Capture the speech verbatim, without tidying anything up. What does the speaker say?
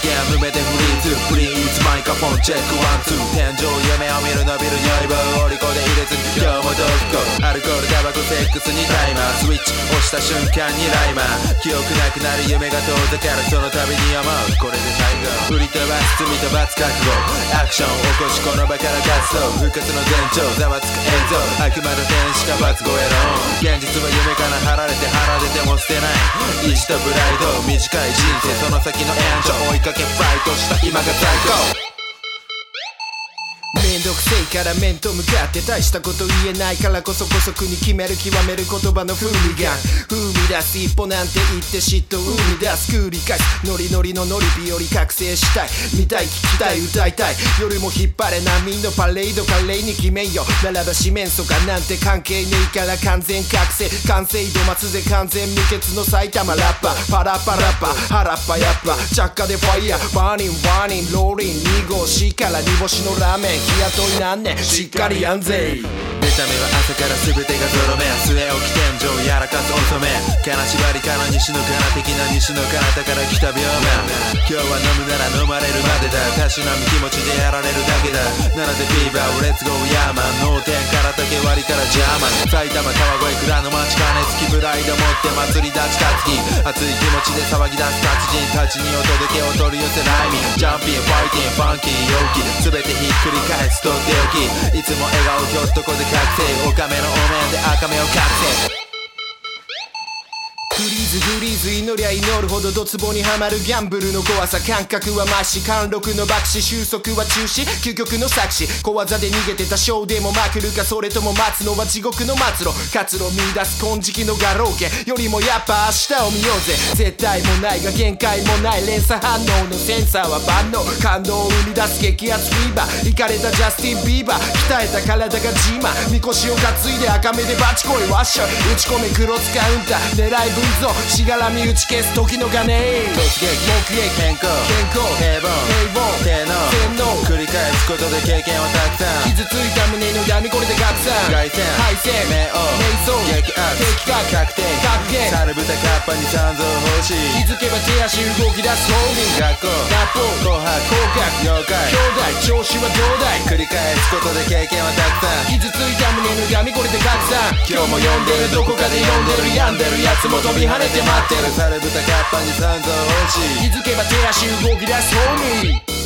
ゲーム目でフリーズプリーズマイクロフォンチェックワンツー天井夢を見る伸びる匂い棒を折り子で入れずに今日もどこアルコールタバコセックスにタイマースイッチ押した瞬間にライマー記憶なくなる夢が遠ざかるその度に思うこれで最後振り飛ばす罪と罰覚悟アクション起こしこの場から活動復活の前兆ざわつく映像悪魔の天使か罰超えろ現実は夢から張られて張られても捨てない意志とプライド短い人生その先の援助追いかけフライトした今が最高めんどくせえから面と向かって大したこと言えないからこそこそ国決める極める言葉のフーリガン踏み出す一歩なんて言って嫉妬生み出す繰り返すノリノリのノリ日より覚醒したい見たい聞きたい歌いたい夜も引っ張れ波のパレード華麗に決めんよならば四面楚歌なんて関係ねえから完全覚醒完成度待つぜ完全無欠の埼玉ラッパーパラパラッパ腹っぱやっぱ着火でファイヤーバーニンバーニンローリンに号しから煮干しのラーメン日雇いなんねんしっかりやんぜ見た目は朝から全てがゾロ目据え置き天井やらかす遅め金縛りから西のから的な西の彼方から来た病魔今日は飲むなら飲まれるまでだたしなむ気持ちでやられるだけだなのでビーバーをレッツゴーヤーマン脳天から竹割りからジャーマン埼玉川越蔵の町金付きプライド持って祭り立ち担ぎ熱い気持ちで騒ぎ出す達人たちにお届けを取り寄せライミンジャンピンファイティンファンキー陽気全てひっくり返すとっておきいつも笑顔ひょっとこで覚醒おかめのお面で赤目を覚醒フリーズフリーズ祈りゃ祈るほどドツボにはまるギャンブルの怖さ感覚は増し貫禄の爆死収束は中止究極の作詞小技で逃げてたショーでもまくるかそれとも待つのは地獄の末路活路見出す金色の画廊家よりもやっぱ明日を見ようぜ絶対もないが限界もない連鎖反応のセンサーは万能感動を生み出す激アツフィーバーイカれたジャスティン・ビーバー鍛えた体がジーマみこしを担いで赤目でバチコイワッショイ打ち込めクロスカウンター狙い Vぞしがらみ打ち消す時の鐘突撃目撃健康健康平凡平凡低能洗脳繰り返すことで経験はたくさん傷ついた胸の闇これで拡散凱旋敗戦冥王瞑想激アツ的確確定格言猿豚カッパに三蔵欲しい気づけば手足動き出すホーミン学校脱法紅白合格妖怪兄弟調子はどうだい繰り返すことで経験はたくさん傷ついた胸の闇これで拡散今日も読んでるどこかで読んでる病んでるやつも飛び跳ねて待ってる猿豚カッパに三蔵欲しい気づけば手足動き出すホーミー